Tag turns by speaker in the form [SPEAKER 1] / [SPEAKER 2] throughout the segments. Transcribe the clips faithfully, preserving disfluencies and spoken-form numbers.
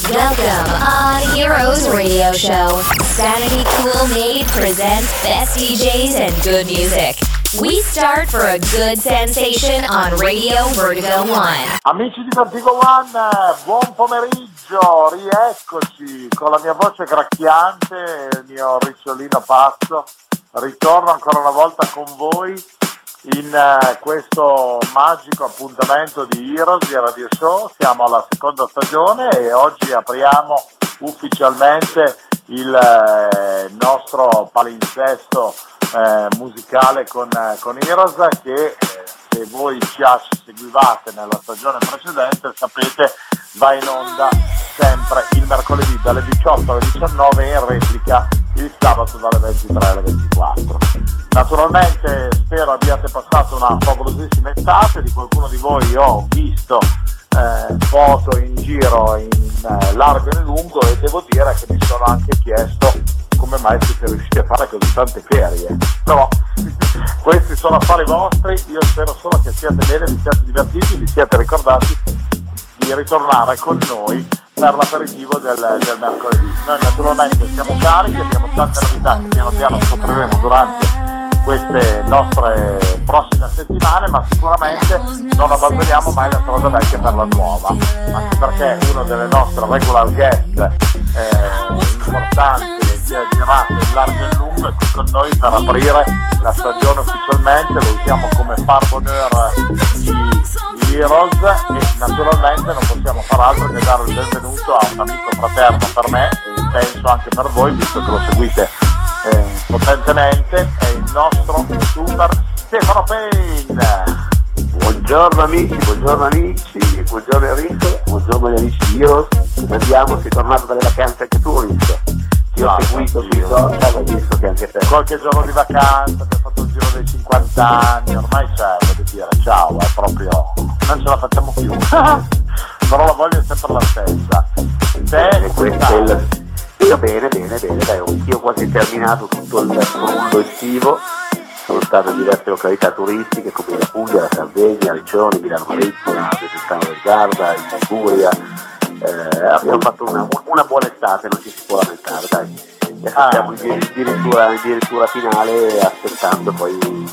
[SPEAKER 1] Welcome on Heroes Radio Show. Sanity Cool Made presents best D Js and good music. We start for a good sensation on Radio Vertigo One.
[SPEAKER 2] Amici di Vertigo One, buon pomeriggio, rieccoci con la mia voce gracchiante e il mio ricciolino pazzo. Ritorno ancora una volta con voi in uh, questo magico appuntamento di Heroes di Radio Show. Siamo alla seconda stagione e oggi apriamo ufficialmente il uh, nostro palinsesto uh, musicale con, uh, con Heroes che eh, se voi ci seguivate nella stagione precedente sapete va in onda sempre il mercoledì dalle diciotto alle diciannove e in replica il sabato dalle ventitré alle ventiquattro. Naturalmente spero abbiate passato una favolosissima estate, di qualcuno di voi ho visto eh, foto in giro in eh, largo e in lungo e devo dire che mi sono anche chiesto come mai siete riusciti a fare così tante ferie, però questi sono affari vostri, io spero solo che siate bene, vi siate divertiti, vi siate ricordati di ritornare con noi per l'aperitivo del, del mercoledì. Noi naturalmente siamo carichi, abbiamo tante novità che piano piano scopriremo durante queste nostre prossime settimane, ma sicuramente non abbandoniamo mai la strada vecchia per la nuova, anche perché uno delle nostre regular guest eh, importanti e girate in largo e in lungo è qui con noi per aprire la stagione ufficialmente, lo usiamo come far bonheur di Heroes e naturalmente non possiamo far altro che dare il benvenuto a un amico fraterno per me e penso anche per voi, visto che lo seguite eh, potentemente, è il nostro super Stefano Payne.
[SPEAKER 3] Buongiorno amici, buongiorno amici, buongiorno Enrico, buongiorno agli amici di Heroes, come andiamo? Sei tornato dalle vacanze anche tu, Enrico? Io ho seguito sui social, ho visto che anche te.
[SPEAKER 2] Qualche giorno di vacanza, abbiamo fatto il giro dei cinquanta anni, ormai c'è, voglio dire, ciao, è proprio, non ce la facciamo più, però la voglia è sempre la stessa. Te,
[SPEAKER 3] quel... Io bene, bene, bene, dai, anch'io ho quasi terminato tutto il frullo estivo, sono stato in diverse località turistiche come la Puglia, la Sardegna, Riccione, Milano Marittima, Pesentano del Garda, in Liguria. Eh, abbiamo fatto una, una buona estate, non ci si può lamentare, dai. E ah, siamo addirittura, addirittura finale aspettando poi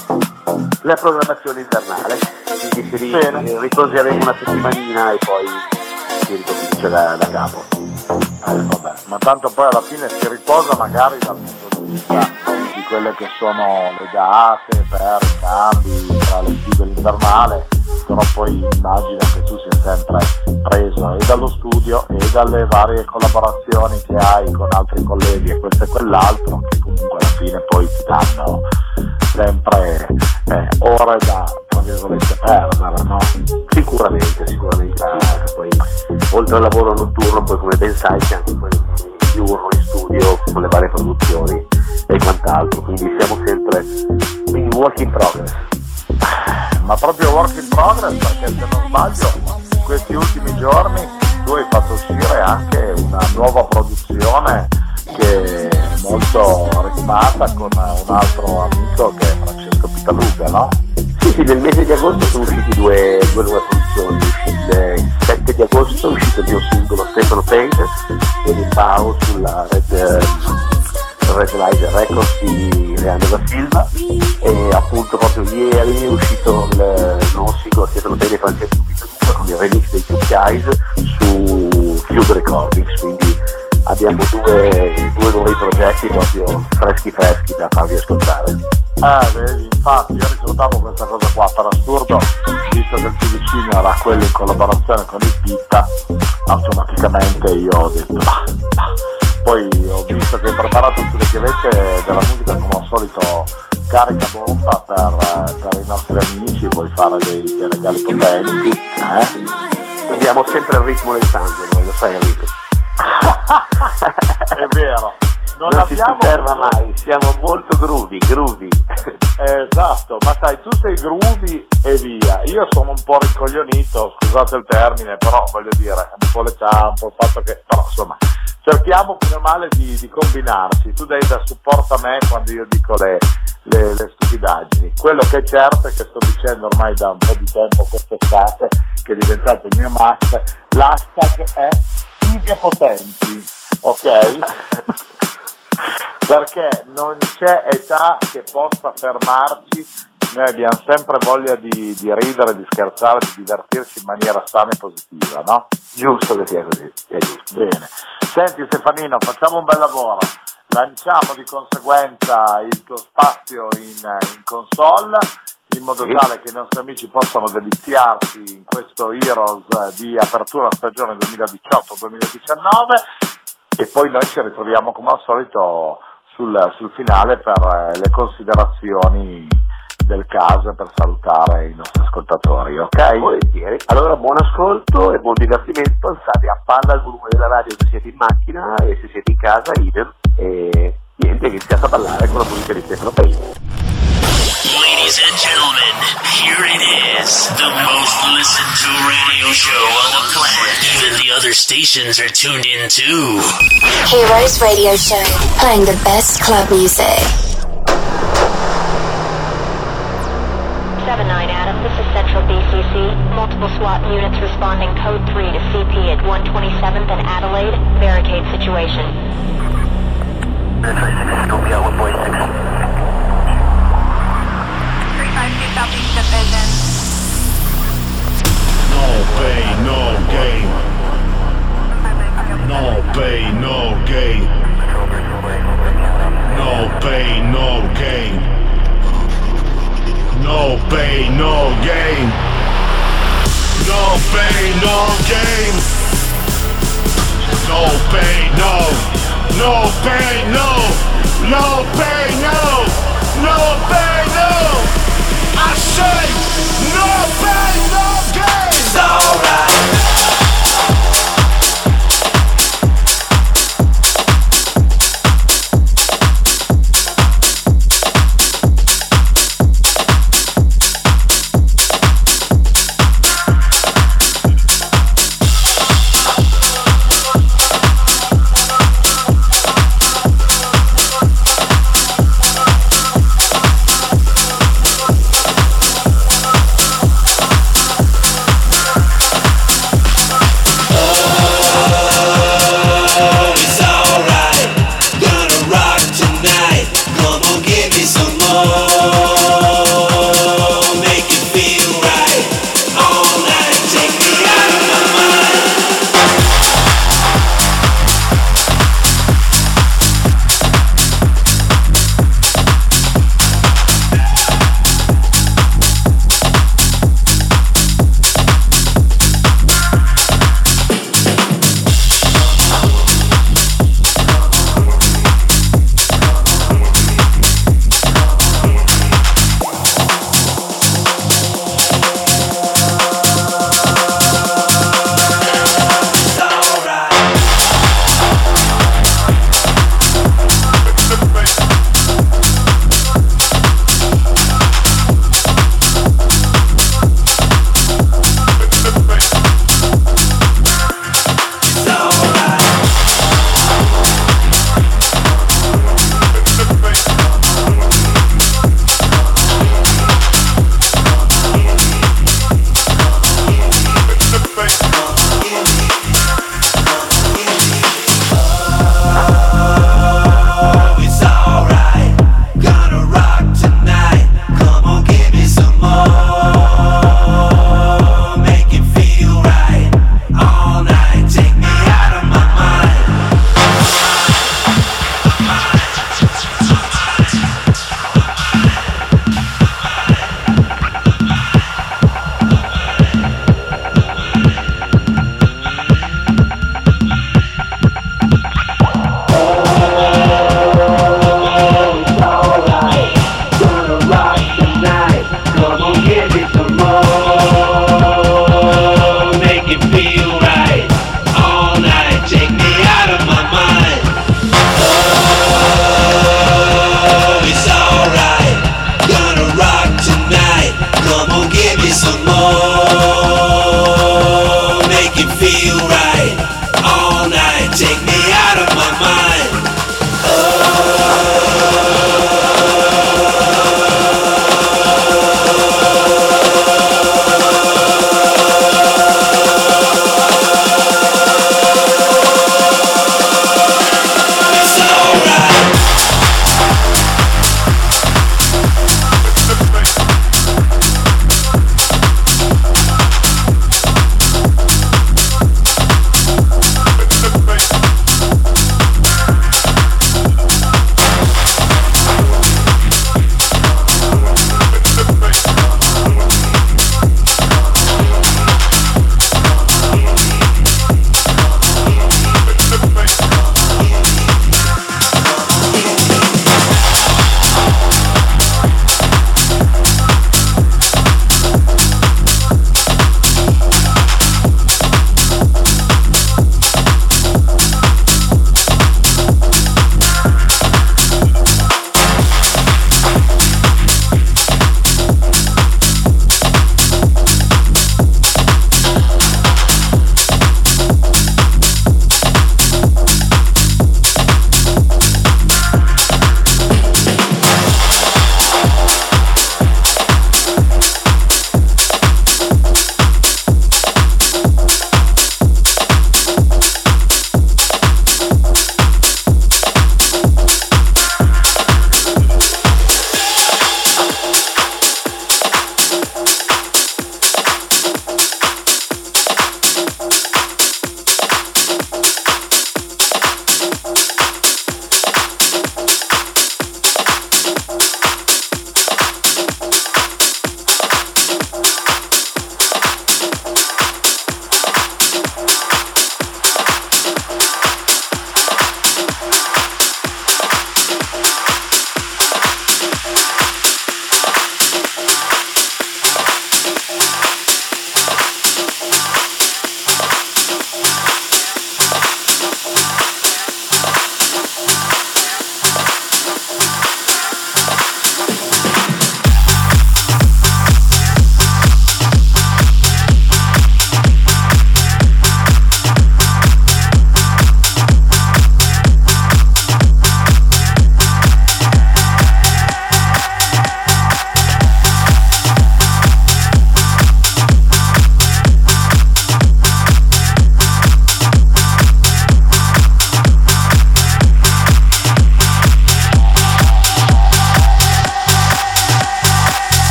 [SPEAKER 3] la programmazione invernale. Quindi ci ri- riposeremo una settimanina e poi si ricomincia da, da capo.
[SPEAKER 2] Eh, vabbè, ma tanto poi alla fine si riposa magari dal punto di vista di quelle che sono le date per i cambi tra l'estivo e l'invernale, però poi immagino che tu sia sempre preso e dallo studio e dalle varie collaborazioni che hai con altri colleghi e questo e quell'altro, che comunque alla fine poi ti danno sempre eh, ore da, tra virgolette, perdere, no?
[SPEAKER 3] Sicuramente, sicuramente, sì, poi oltre al lavoro notturno, poi come ben sai c'è anche quello diurno in studio con le varie produzioni e quant'altro, quindi siamo sempre in work in progress.
[SPEAKER 2] Ma proprio work in progress, perché se non sbaglio in questi ultimi giorni tu hai fatto uscire anche una nuova produzione che è molto ritmata con un altro amico che è Francesco Pitaluga, no?
[SPEAKER 3] Sì, sì, nel mese di agosto sono usciti due, due nuove produzioni. Il sette di agosto è uscito il mio singolo Stefano Payne ed il Pao sulla Red, Red Light Records di Leandro da Silva e appunto proprio ieri è uscito il, il nuovo singolo Stefano Payne e Francesco Pitaluga con il remix dei Two Guys su Cube Recordings, quindi abbiamo due, due nuovi progetti proprio freschi freschi da farvi ascoltare.
[SPEAKER 2] Eh, vedi, infatti io ricordavo questa cosa qua, per assurdo, visto che il più vicino era quello in collaborazione con il Pitta, automaticamente io ho detto bah, bah. Poi ho visto che hai preparato sulle chiavette della musica come al solito carica bomba per, per i nostri amici, vuoi fare dei, dei regali potenti, eh?
[SPEAKER 3] Abbiamo sempre il ritmo del sangue, lo sai Enrico?
[SPEAKER 2] È vero. Non,
[SPEAKER 3] non
[SPEAKER 2] abbiamo...
[SPEAKER 3] si ferma mai, siamo molto groovy, groovy.
[SPEAKER 2] Esatto, ma sai, tu sei groovy e via. Io sono un po' rincoglionito, scusate il termine, però voglio dire, un po' l'età, un po' il fatto che, però insomma, cerchiamo più o male di, di combinarci. Tu dai da supporto a me quando io dico le, le, le stupidaggini. Quello che è certo è che sto dicendo ormai da un po' di tempo quest'estate, che è diventato il mio must, l'hashtag è vivi e potenti, ok? Perché non c'è età che possa fermarci, noi abbiamo sempre voglia di, di ridere, di scherzare, di divertirci in maniera sana e positiva, no?
[SPEAKER 3] Giusto che sia così, è giusto.
[SPEAKER 2] Bene. Senti Stefanino, facciamo un bel lavoro, lanciamo di conseguenza il tuo spazio in, in console, in modo sì. tale che i nostri amici possano deliziarsi in questo Heroes di apertura stagione duemiladiciotto duemiladiciannove e poi noi ci ritroviamo come al solito sul, sul finale per le considerazioni del caso, per salutare i nostri ascoltatori, ok?
[SPEAKER 3] Volentieri. Allora buon ascolto e buon divertimento, alzate a palla il volume della radio se siete in macchina e se siete in casa idem e niente, iniziate a ballare con la musica di Stefano Payne.
[SPEAKER 4] Ladies and gentlemen, here it is, the most listened to radio show on the planet. Even the other stations are tuned in too.
[SPEAKER 1] Heroes Radio Show, playing the best club music.
[SPEAKER 5] seven nine Adam, this is Central B C C. Multiple SWAT units responding code three to C P at one twenty-seventh and Adelaide. Barricade situation.
[SPEAKER 6] twenty-six, don't be out with boy six. three five two Southeast Division.
[SPEAKER 7] No pain, no gain. No pain, no gain. No pain, no gain. No pain, no gain. No pain, no gain. No pain, no. No pain, no. No pain, no. No pain, no. I say no pain, no gain. It's alright.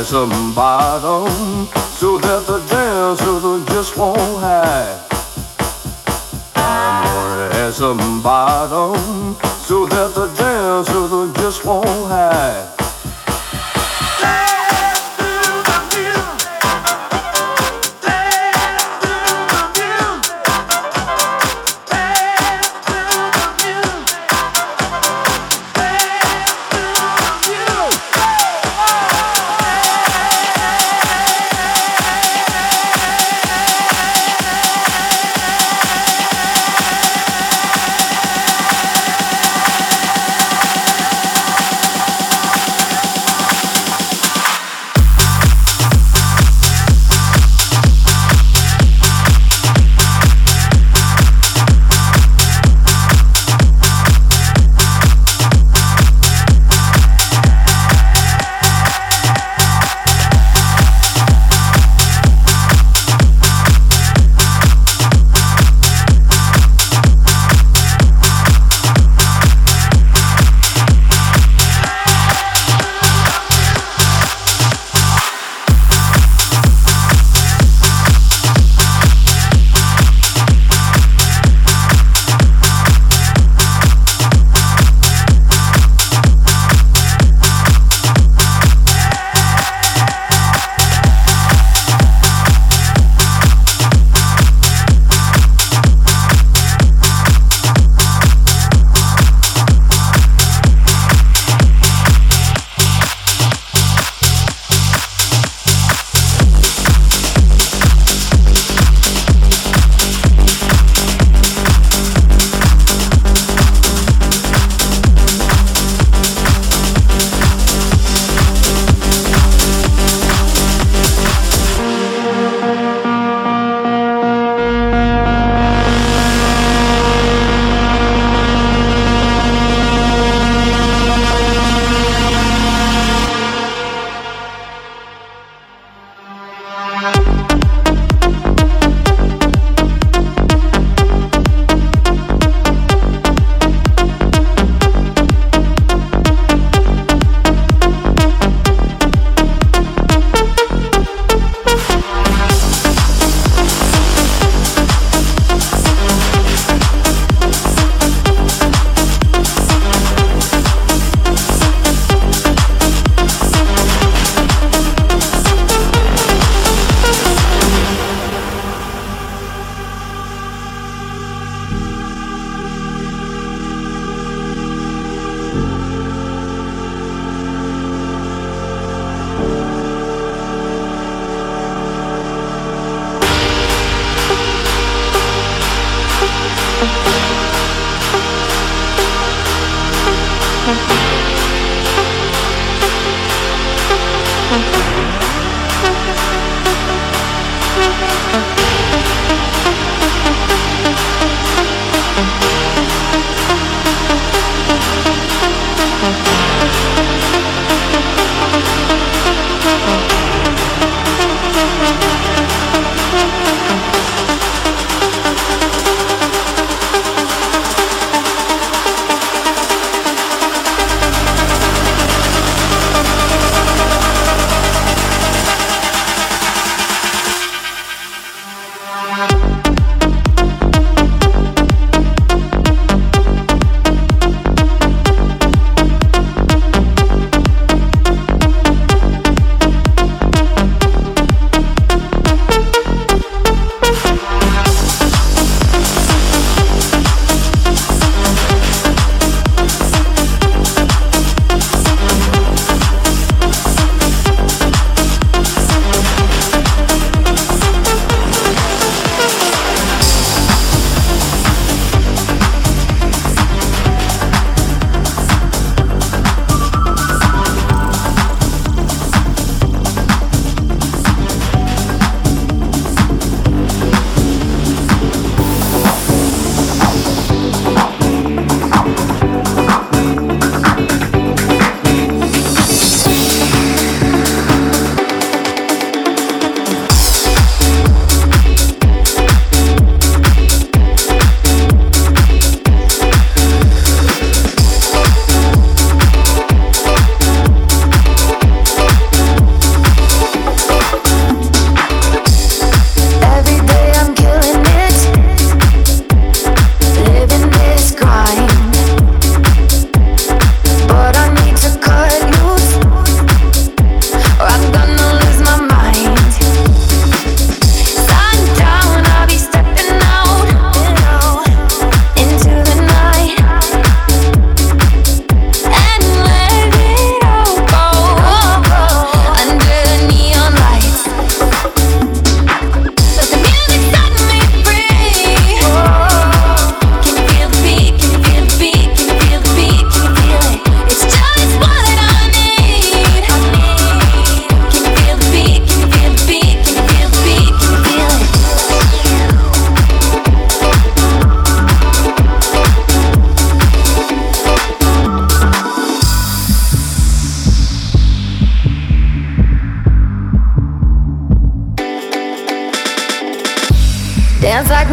[SPEAKER 8] some bottom so that the dancer just won't hide. I'm gonna add some bottom so that the dancer just won't hide.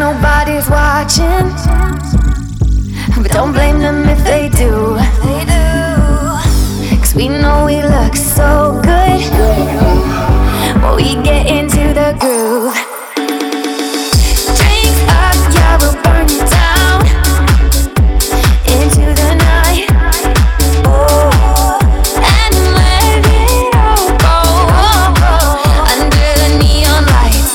[SPEAKER 9] nobody's watching, but don't blame them if they do. Cause we know we look so good when we get into the groove. Drinks up, yeah, we'll burn it down into the night. Ooh, and let it all go under the neon lights.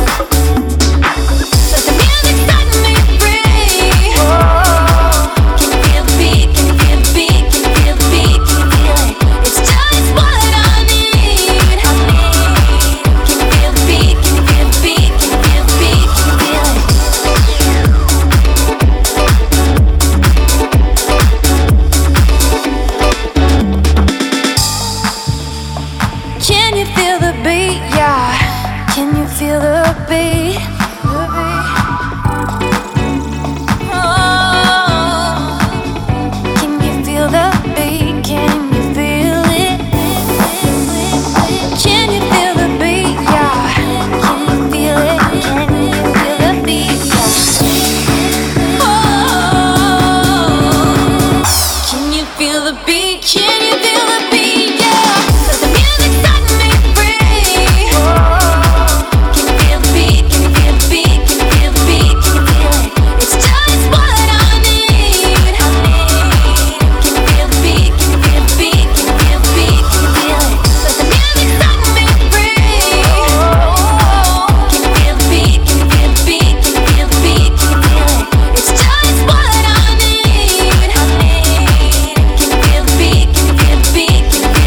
[SPEAKER 9] Let the music set me free. Can you feel the beat? Can you feel the beat? Can you feel the beat? Can you feel it? It's just what I need. I need. Can you feel the beat? Can you feel the beat? Can you feel the beat? Can you feel it? Can you feel the beat? Yeah. Can you feel the beat? Oh. Can you feel the beat? Can you feel it? Can you feel the beat? Yeah. Can you feel it? Can you feel the beat? Yeah. Oh. Can you feel the beat? Can you feel the beat? Yeah. Let the music set me free. Can you feel the beat? Can you feel the beat? Can you feel the beat? Can you feel it? It's just what I need. I need. Can you feel the beat? Can you feel the beat? Can you feel the beat? Can you feel it? Let the music set me free. Can you feel the beat? Can you feel the beat? Can you feel the beat? Can you feel it? It's just what I need. I need. Can you feel the beat? Can you feel the beat? Can you feel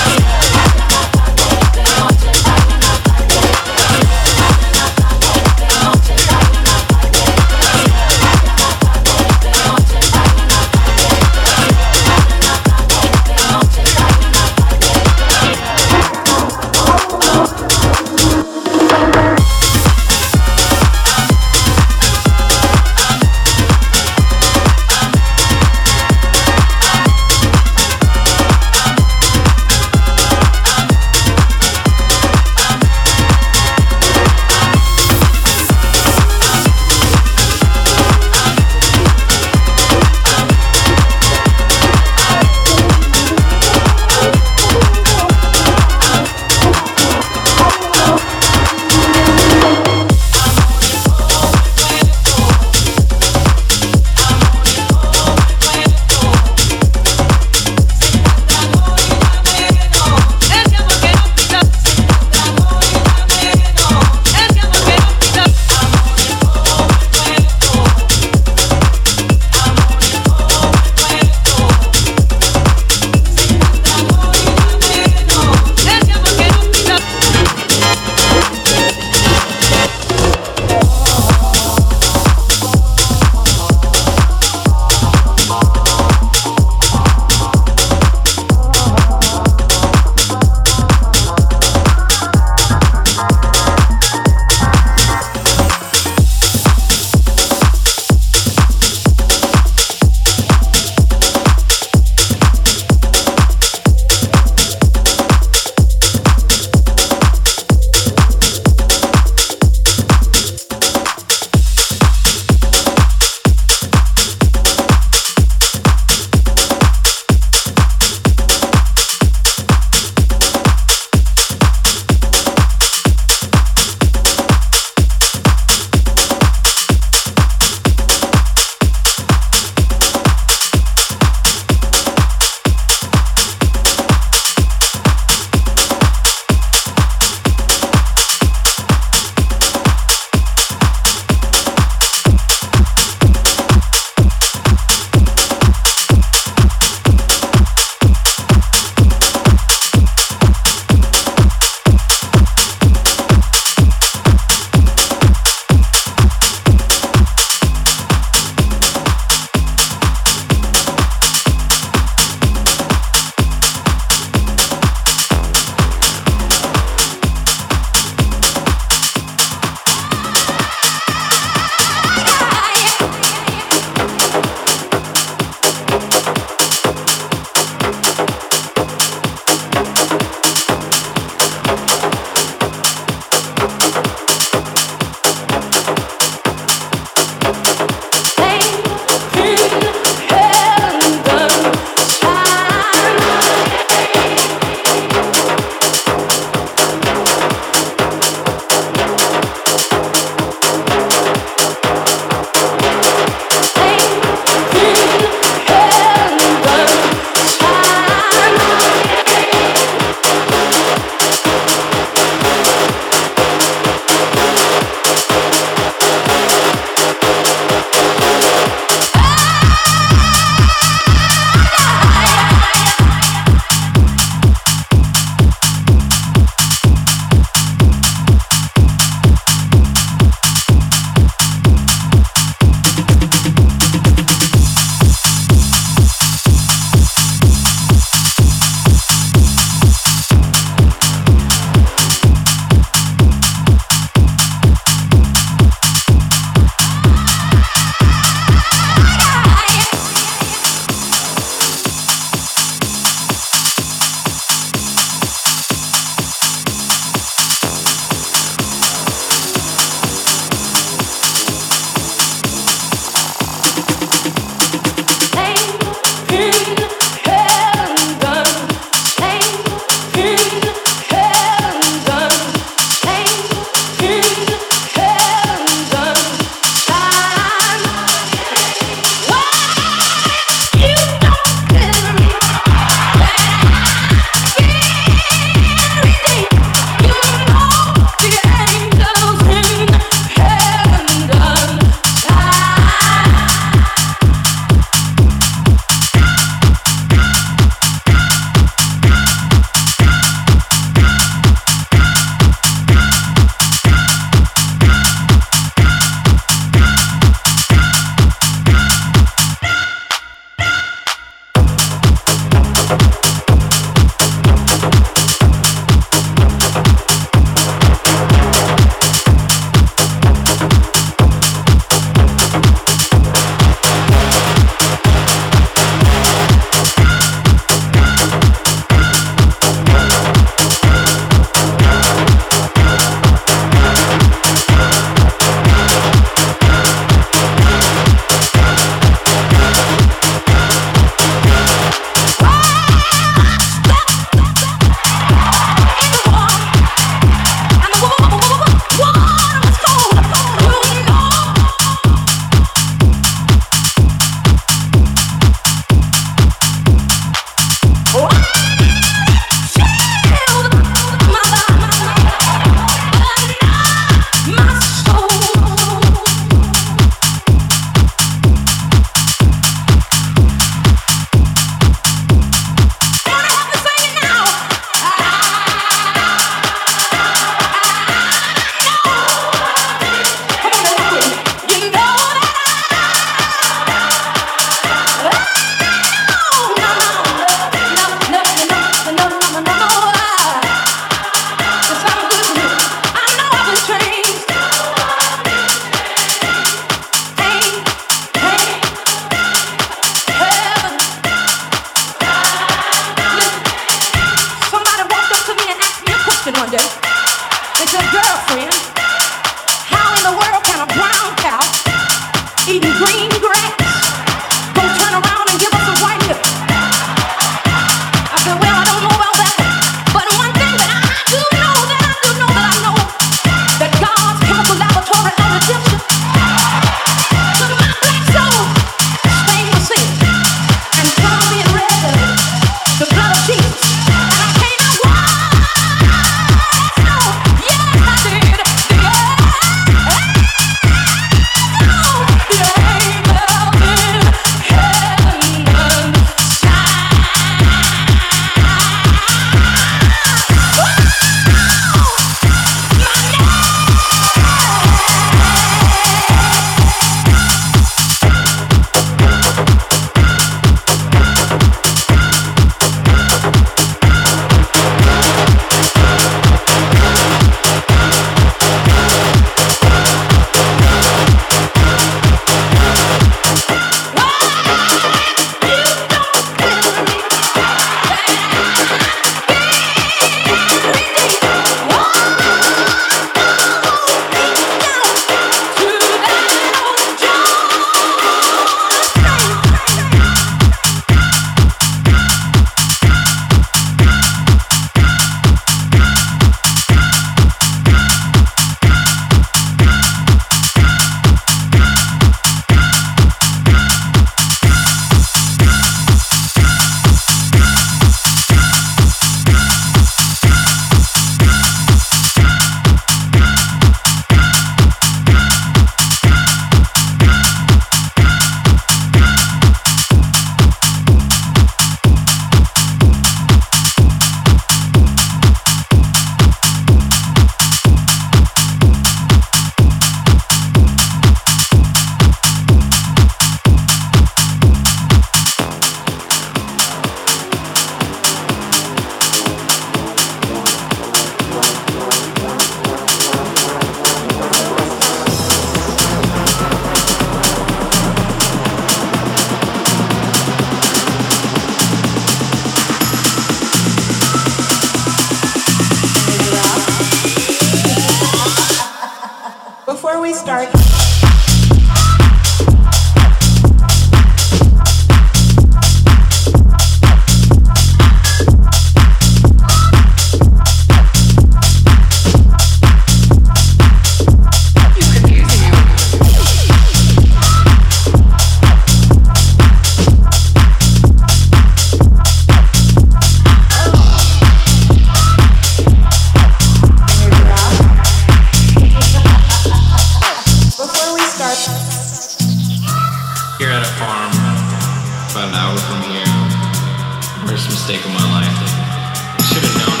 [SPEAKER 10] life that I should have known.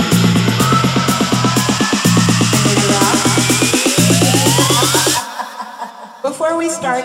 [SPEAKER 11] Before we start.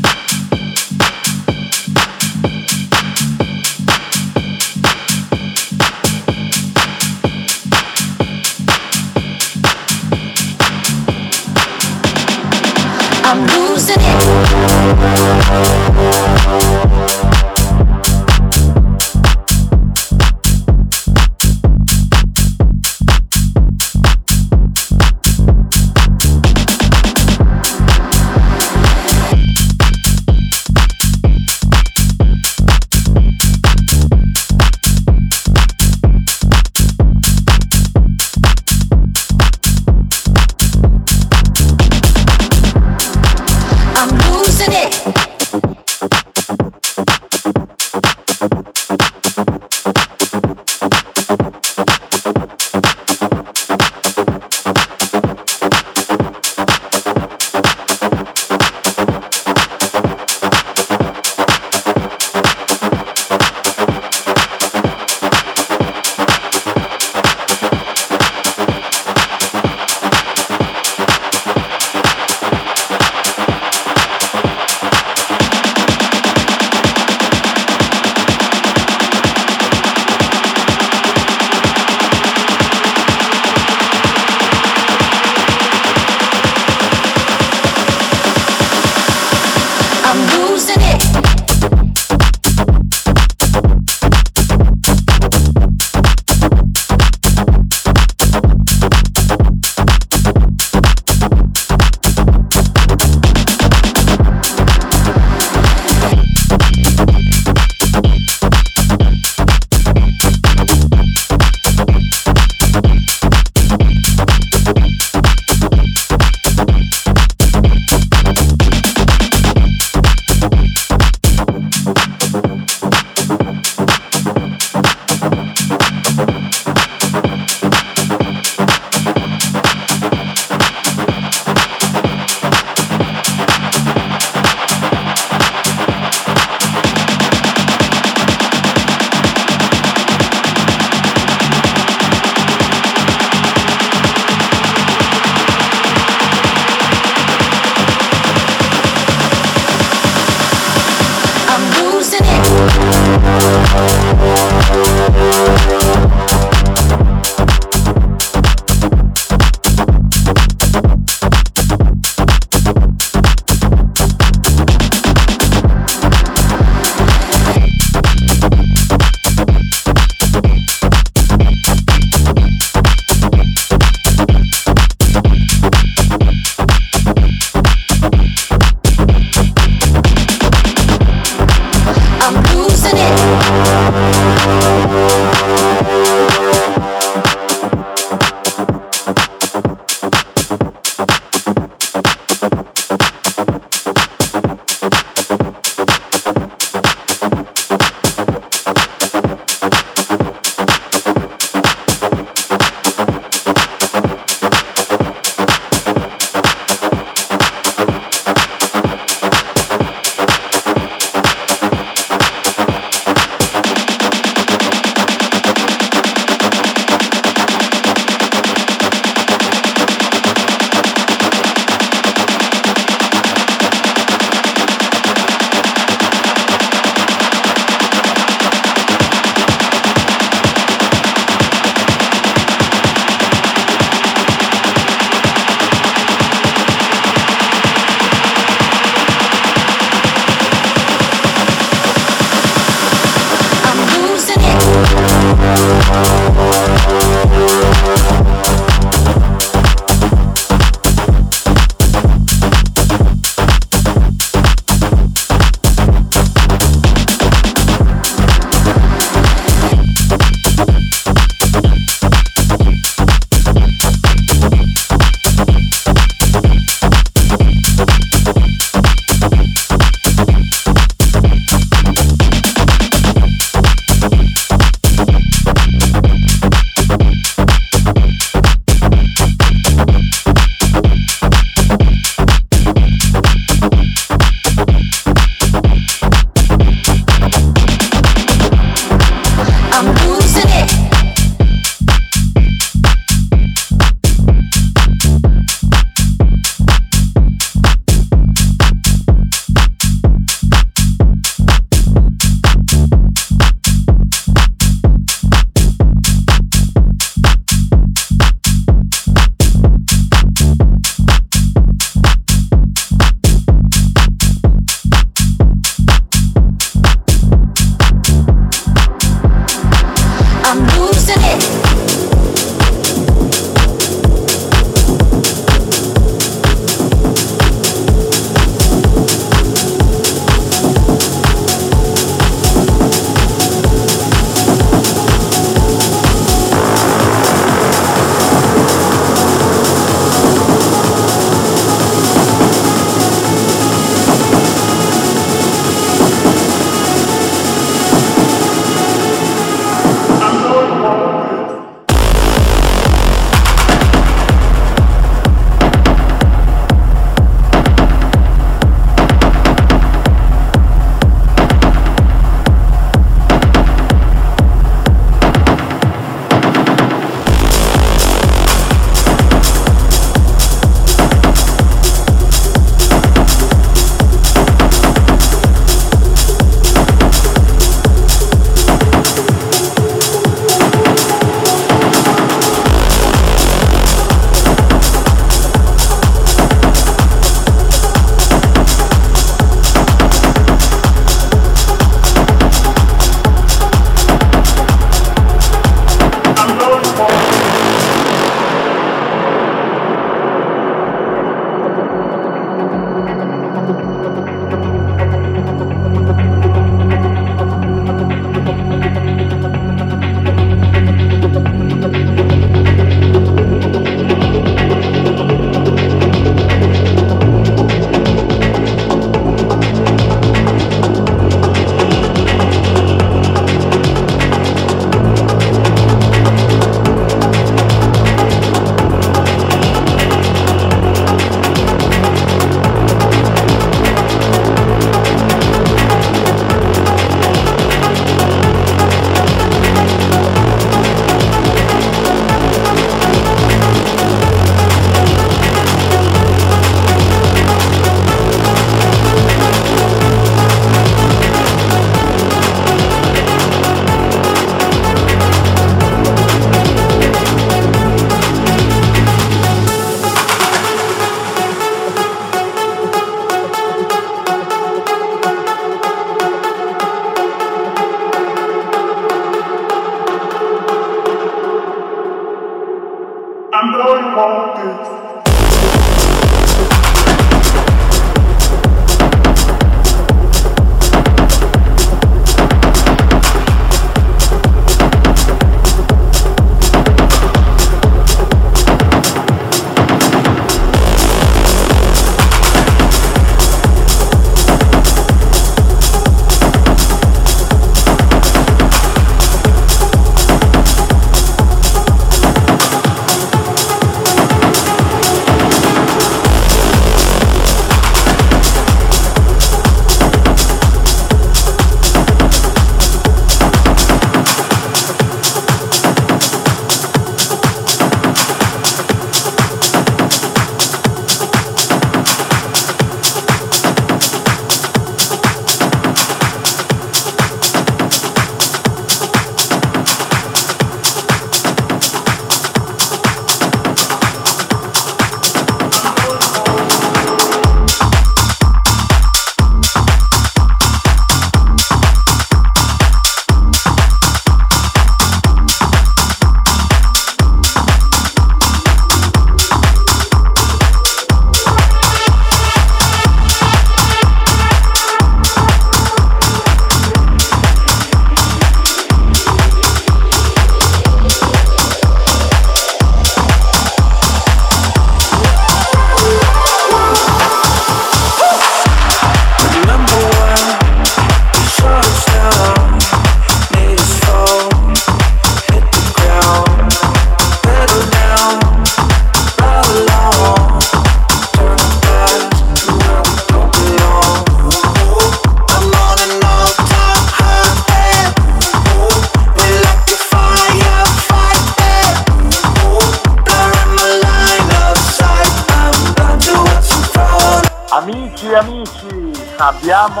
[SPEAKER 2] amici, abbiamo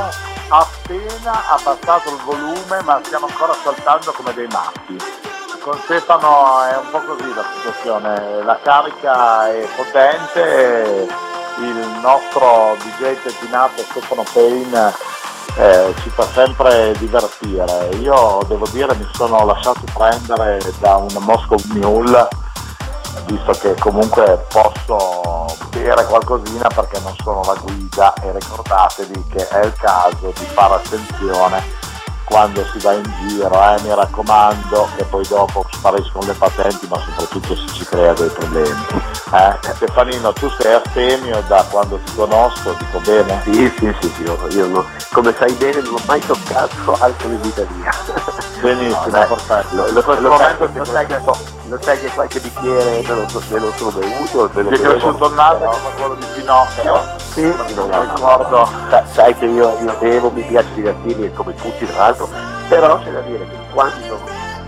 [SPEAKER 2] appena abbassato il volume, ma stiamo ancora saltando come dei matti. Con Stefano è un po' così la situazione, la carica è potente, il nostro D J pettinato Stefano Payne eh, ci fa sempre divertire. Io devo dire mi sono lasciato prendere da un Moscow Mule, visto che comunque posso bere qualcosina perché non sono la guida, e ricordatevi che è il caso di fare attenzione quando si va in giro, eh, mi raccomando, che poi dopo spariscono le patenti, ma soprattutto se ci crea dei problemi. Eh? Stefanino, tu sei astemio da quando ti conosco, dico bene?
[SPEAKER 3] Sì, sì, sì, sì, io, io no, come sai bene non ho mai toccato alcol in vita mia.
[SPEAKER 2] Benissimo,
[SPEAKER 3] no,
[SPEAKER 2] perfetto.
[SPEAKER 3] Lo, lo, lo, lo, sai, lo, sai che, lo sai che qualche bicchiere me lo, me lo sono bevuto, me lo
[SPEAKER 2] ti è cresciuto il naso come quello di Pinocchio?
[SPEAKER 3] Sì, non lo ricordo. Sai, sai che io, io devo, mi piace divertirmi come tutti tra l'altro, però c'è da dire che quando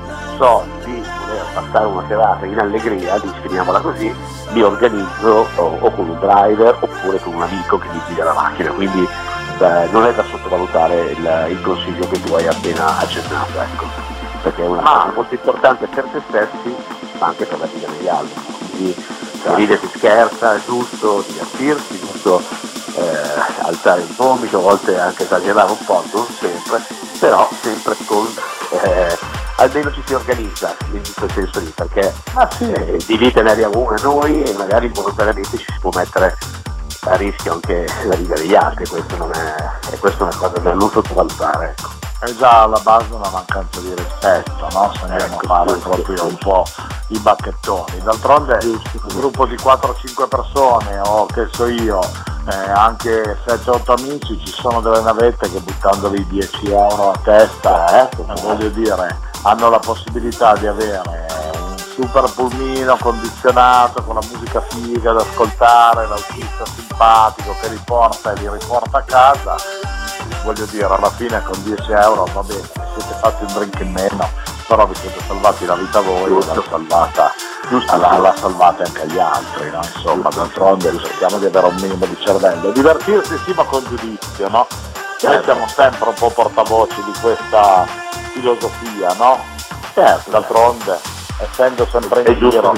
[SPEAKER 3] so di voler passare una serata in allegria, definiamola così, mi organizzo o, o con un driver oppure con un amico che mi guida la macchina, quindi eh, non è da sottovalutare il, il consiglio che tu hai appena accennato, ecco, perché è una
[SPEAKER 2] ma...
[SPEAKER 3] cosa molto importante per te stessi ma anche per la vita degli altri, quindi si ride, si scherza, è giusto divertirsi, è giusto eh, alzare il vomito, a volte anche esagerare un po', non sempre, però sempre con eh, almeno ci si organizza in quel senso lì, perché
[SPEAKER 2] ah, sì.
[SPEAKER 3] eh, di vita ne abbiamo una noi e magari volontariamente ci si può mettere a rischio anche la vita degli altri, questo non è, e questa è una cosa da non sottovalutare, ecco.
[SPEAKER 2] È già alla base una mancanza di rispetto, no? Se andiamo
[SPEAKER 3] ecco,
[SPEAKER 2] a fare
[SPEAKER 3] giusto,
[SPEAKER 2] proprio
[SPEAKER 3] giusto.
[SPEAKER 2] un po' i bacchettoni. D'altronde un gruppo di quattro cinque persone, o che so io, eh, anche sette otto amici, ci sono delle navette che buttandoli dieci euro a testa, eh, voglio dire, hanno la possibilità di avere un super pulmino condizionato con la musica figa da ascoltare, l'autista simpatico che li porta e li riporta a casa. Voglio dire, alla fine con dieci euro va bene, siete fatti un drink in meno, però vi siete salvati la vita voi, l'ha salvata, l'ha, l'ha salvata anche agli altri, no? Insomma, d'altronde cerchiamo di avere un minimo di cervello, divertirsi sì ma con giudizio, no? Noi siamo sempre un po' portavoce di questa filosofia, no? Certo, d'altronde, essendo sempre in giro,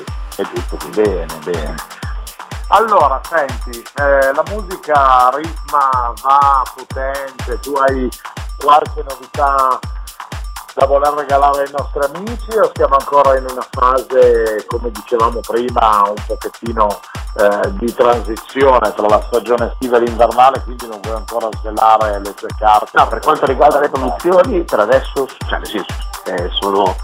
[SPEAKER 2] è giusto così, bene, bene. Allora, senti, eh, la musica ritma, va, potente, tu hai qualche novità da voler regalare ai nostri amici o siamo ancora in una fase, come dicevamo prima, un pochettino eh, di transizione tra la stagione estiva e l'invernale, quindi non vuoi ancora svelare le tue carte?
[SPEAKER 3] No, per quanto riguarda le produzioni, per adesso, cioè nel senso, eh, sono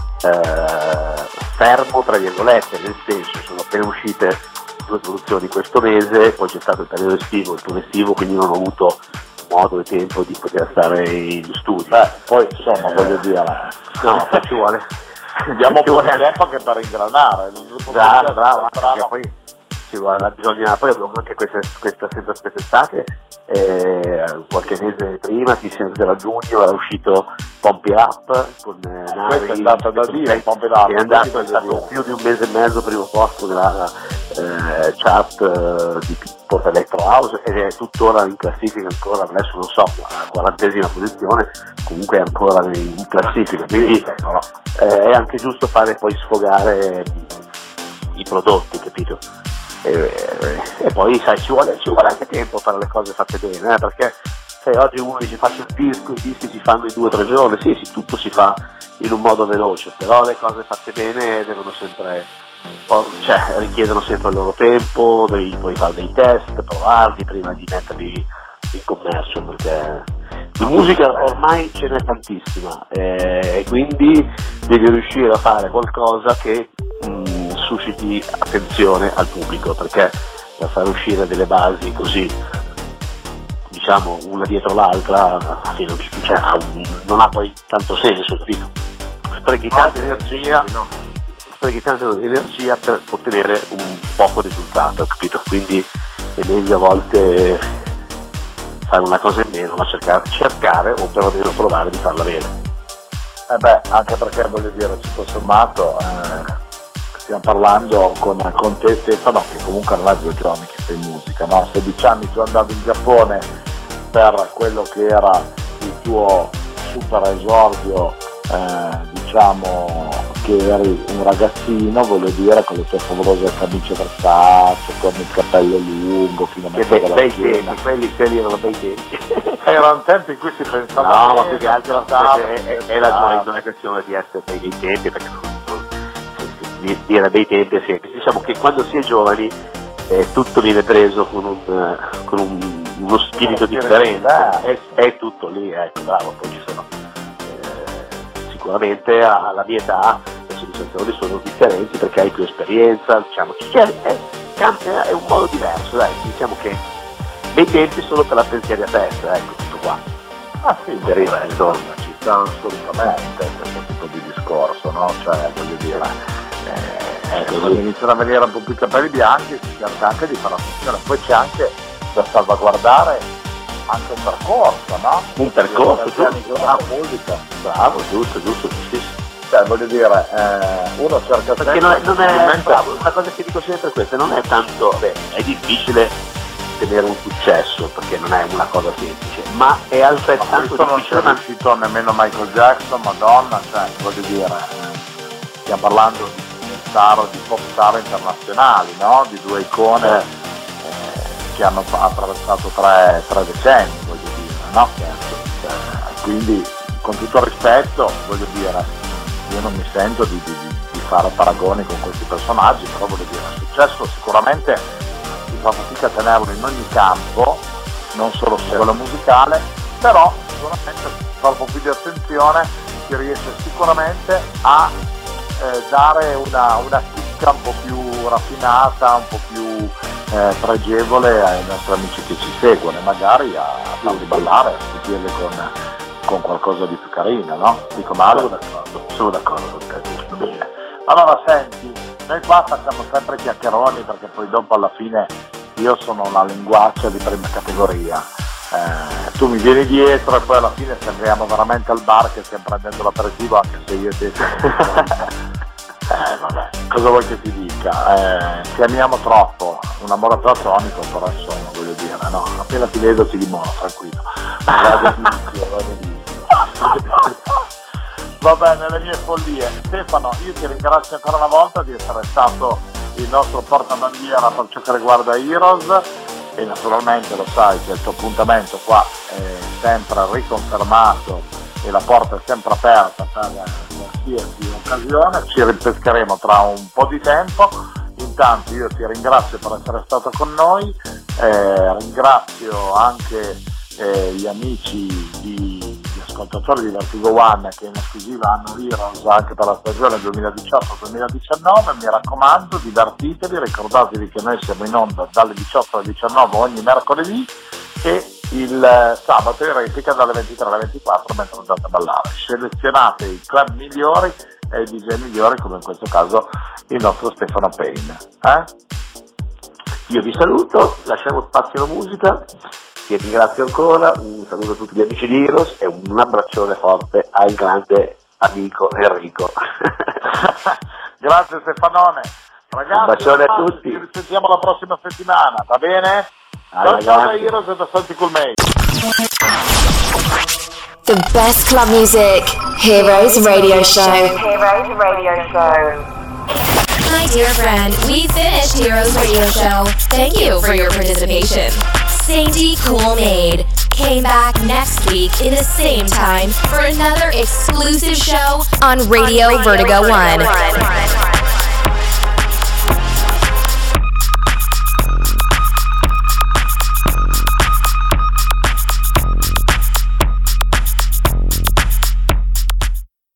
[SPEAKER 3] eh, fermo tra virgolette, nel senso, sono appena uscite due produzioni questo mese, poi c'è stato il periodo estivo, il turno estivo, quindi non ho avuto modo e tempo di poter stare in studio.
[SPEAKER 2] Beh, poi insomma eh, voglio dire,
[SPEAKER 3] no, poi ci vuole,
[SPEAKER 2] abbiamo più tempo anche per ingranare,
[SPEAKER 3] bravo, bravo, bravo. Poi ci vuole, bisogna, poi abbiamo anche questa, questa sempre quest'estate, eh, qualche mese prima, si era giugno, era uscito Pump It Up con eh, Nari,
[SPEAKER 2] questo è andato da dire, Pump It Up
[SPEAKER 3] è andato, è stato più di un mese e mezzo primo posto nella eh, chart eh, di Port Electro House ed è tuttora in classifica ancora, adesso non so, alla quarantesima posizione, comunque è ancora in classifica, quindi eh, è anche giusto fare poi sfogare i prodotti, capito? E, e poi sai, ci vuole, ci vuole anche tempo a fare le cose fatte bene, eh, perché se oggi uno dice faccio il disco, i dischi si fanno in due o tre giorni, sì, sì, tutto si fa in un modo veloce, però le cose fatte bene devono sempre, cioè richiedono sempre il loro tempo, devi poi fare dei test, provarli prima di metterli in commercio, perché di musica ormai ce n'è tantissima eh, e quindi devi riuscire a fare qualcosa che mh, susciti attenzione al pubblico, perché per far uscire delle basi così, diciamo una dietro l'altra, cioè, non ha poi tanto senso, capito? Sprechi tanta energia, sprechi tanta energia per ottenere un poco risultato, capito? Quindi è meglio a volte fare una cosa in meno, ma cercare, cercare o perlomeno provare di farla bene.
[SPEAKER 2] Eh beh, anche perché voglio dire, tutto sommato, eh, stiamo parlando con, con te Stefano, che comunque non è due giorni che fai musica, no? sedici anni tu andavi in Giappone per quello che era il tuo super esordio, eh, diciamo che eri un ragazzino, voglio dire, con le tue favolose camicie Versace, con il cappello lungo fino a metà della
[SPEAKER 3] bei
[SPEAKER 2] schiena.
[SPEAKER 3] tempi, quelli, quelli erano bei tempi.
[SPEAKER 2] Erano tempi in cui si pensava
[SPEAKER 3] No, ma
[SPEAKER 2] bene,
[SPEAKER 3] più che altro
[SPEAKER 2] pensava,
[SPEAKER 3] è, è, è la
[SPEAKER 2] pensava.
[SPEAKER 3] non è questione di essere bei dei tempi, perché non, non, di- dire bei tempi è semplice. Diciamo che quando si è giovani eh, tutto viene preso con, un, eh, con un, uno spirito differente, è, è tutto lì, ecco, bravo, poi ci sono eh, sicuramente alla mia età le soddisfazioni sono differenti perché hai più esperienza, diciamo, è, è, è un modo diverso, dai, diciamo che dei tempi solo per la pensieratezza, ecco, tutto qua.
[SPEAKER 2] Ah sì,
[SPEAKER 3] Per il resto
[SPEAKER 2] ci sta assolutamente questo tipo di discorso, no? Cioè, voglio dire, eh, ecco, quando iniziano a venire un po' più i capelli bianchi si cerca anche di fare attenzione, poi c'è anche da salvaguardare anche un percorso, no?
[SPEAKER 3] un percorso,
[SPEAKER 2] giusto,
[SPEAKER 3] giusto,
[SPEAKER 2] musica.
[SPEAKER 3] bravo, giusto, giusto, giustissimo.
[SPEAKER 2] Cioè, voglio dire, eh, uno cerca
[SPEAKER 3] Perché non è, non è bravo, una cosa che dico sempre è questa, non è tanto, beh, è difficile tenere un successo perché non è una cosa semplice, ma è altrettanto
[SPEAKER 2] questo non c'è
[SPEAKER 3] difficile.
[SPEAKER 2] riuscito nemmeno Michael Jackson, Madonna, cioè, voglio dire, eh, stiamo parlando di star, di pop star internazionali, no? Di due icone eh, che hanno attraversato tre, tre decenni, voglio dire, no? Cioè, quindi, con tutto il rispetto, voglio dire, io non mi sento di, di, di fare paragoni con questi personaggi, però voglio dire, il successo sicuramente si fa fatica a tenerlo in ogni campo, non solo su quello musicale, però sicuramente se si fa un po' più di attenzione si riesce sicuramente a eh, dare una, una chicca un po' più raffinata, un po' più eh, pregevole ai nostri amici che ci seguono e magari a farli ballare, a stupirli con, con qualcosa di più carino, no? Dico male? Sono d'accordo, sono d'accordo con te, giusto, bene. Allora senti, noi qua facciamo sempre chiacchieroni perché poi dopo alla fine io sono una linguaccia di prima categoria, eh, tu mi vieni dietro e poi alla fine sembriamo veramente al bar che stiamo prendendo l'aperitivo anche se io e te eh, vabbè, cosa vuoi che ti dica, eh, ti amiamo troppo, un amore platonico però insomma voglio dire, no, appena ti vedo ti dimoro, tranquillo. Vado vizio, vado vizio. Va bene, le mie follie. Stefano, io ti ringrazio ancora una volta di essere stato il nostro portabandiera per ciò che riguarda Heroes e naturalmente lo sai che il tuo appuntamento qua è sempre riconfermato e la porta è sempre aperta per qualsiasi occasione, ci ripescheremo tra un po' di tempo. Intanto io ti ringrazio per essere stato con noi, eh, ringrazio anche eh, gli amici di ascoltatori di Vertigo One che in esclusiva hanno Heroes anche per la stagione duemiladiciotto duemiladiciannove. Mi raccomando, divertitevi, ricordatevi che noi siamo in onda dalle diciotto alle diciannove ogni mercoledì e il sabato in replica dalle ventitré alle ventiquattro mentre andate a ballare. Selezionate i club migliori e i D J migliori, come in questo caso il nostro Stefano Payne. Eh?
[SPEAKER 3] Io vi saluto, lasciamo spazio alla musica. Ti ringrazio ancora, un saluto a tutti gli amici di Heroes e un abbraccione forte al grande amico Enrico.
[SPEAKER 2] Grazie Stefanone. Ragazzi,
[SPEAKER 3] un bacione a tutti.
[SPEAKER 2] Ci risentiamo la prossima settimana, va bene?
[SPEAKER 3] Ciao
[SPEAKER 2] ciao da Heroes e da Santi Cool Mate.
[SPEAKER 1] The best club music, Heroes Radio Show.
[SPEAKER 5] Heroes Radio Show.
[SPEAKER 1] My dear friend, we finished Heroes Radio Show. Thank you for your participation. Sainty Cool Made came back next week in the same time for another exclusive show on Radio, on Radio Vertigo, Vertigo One. One.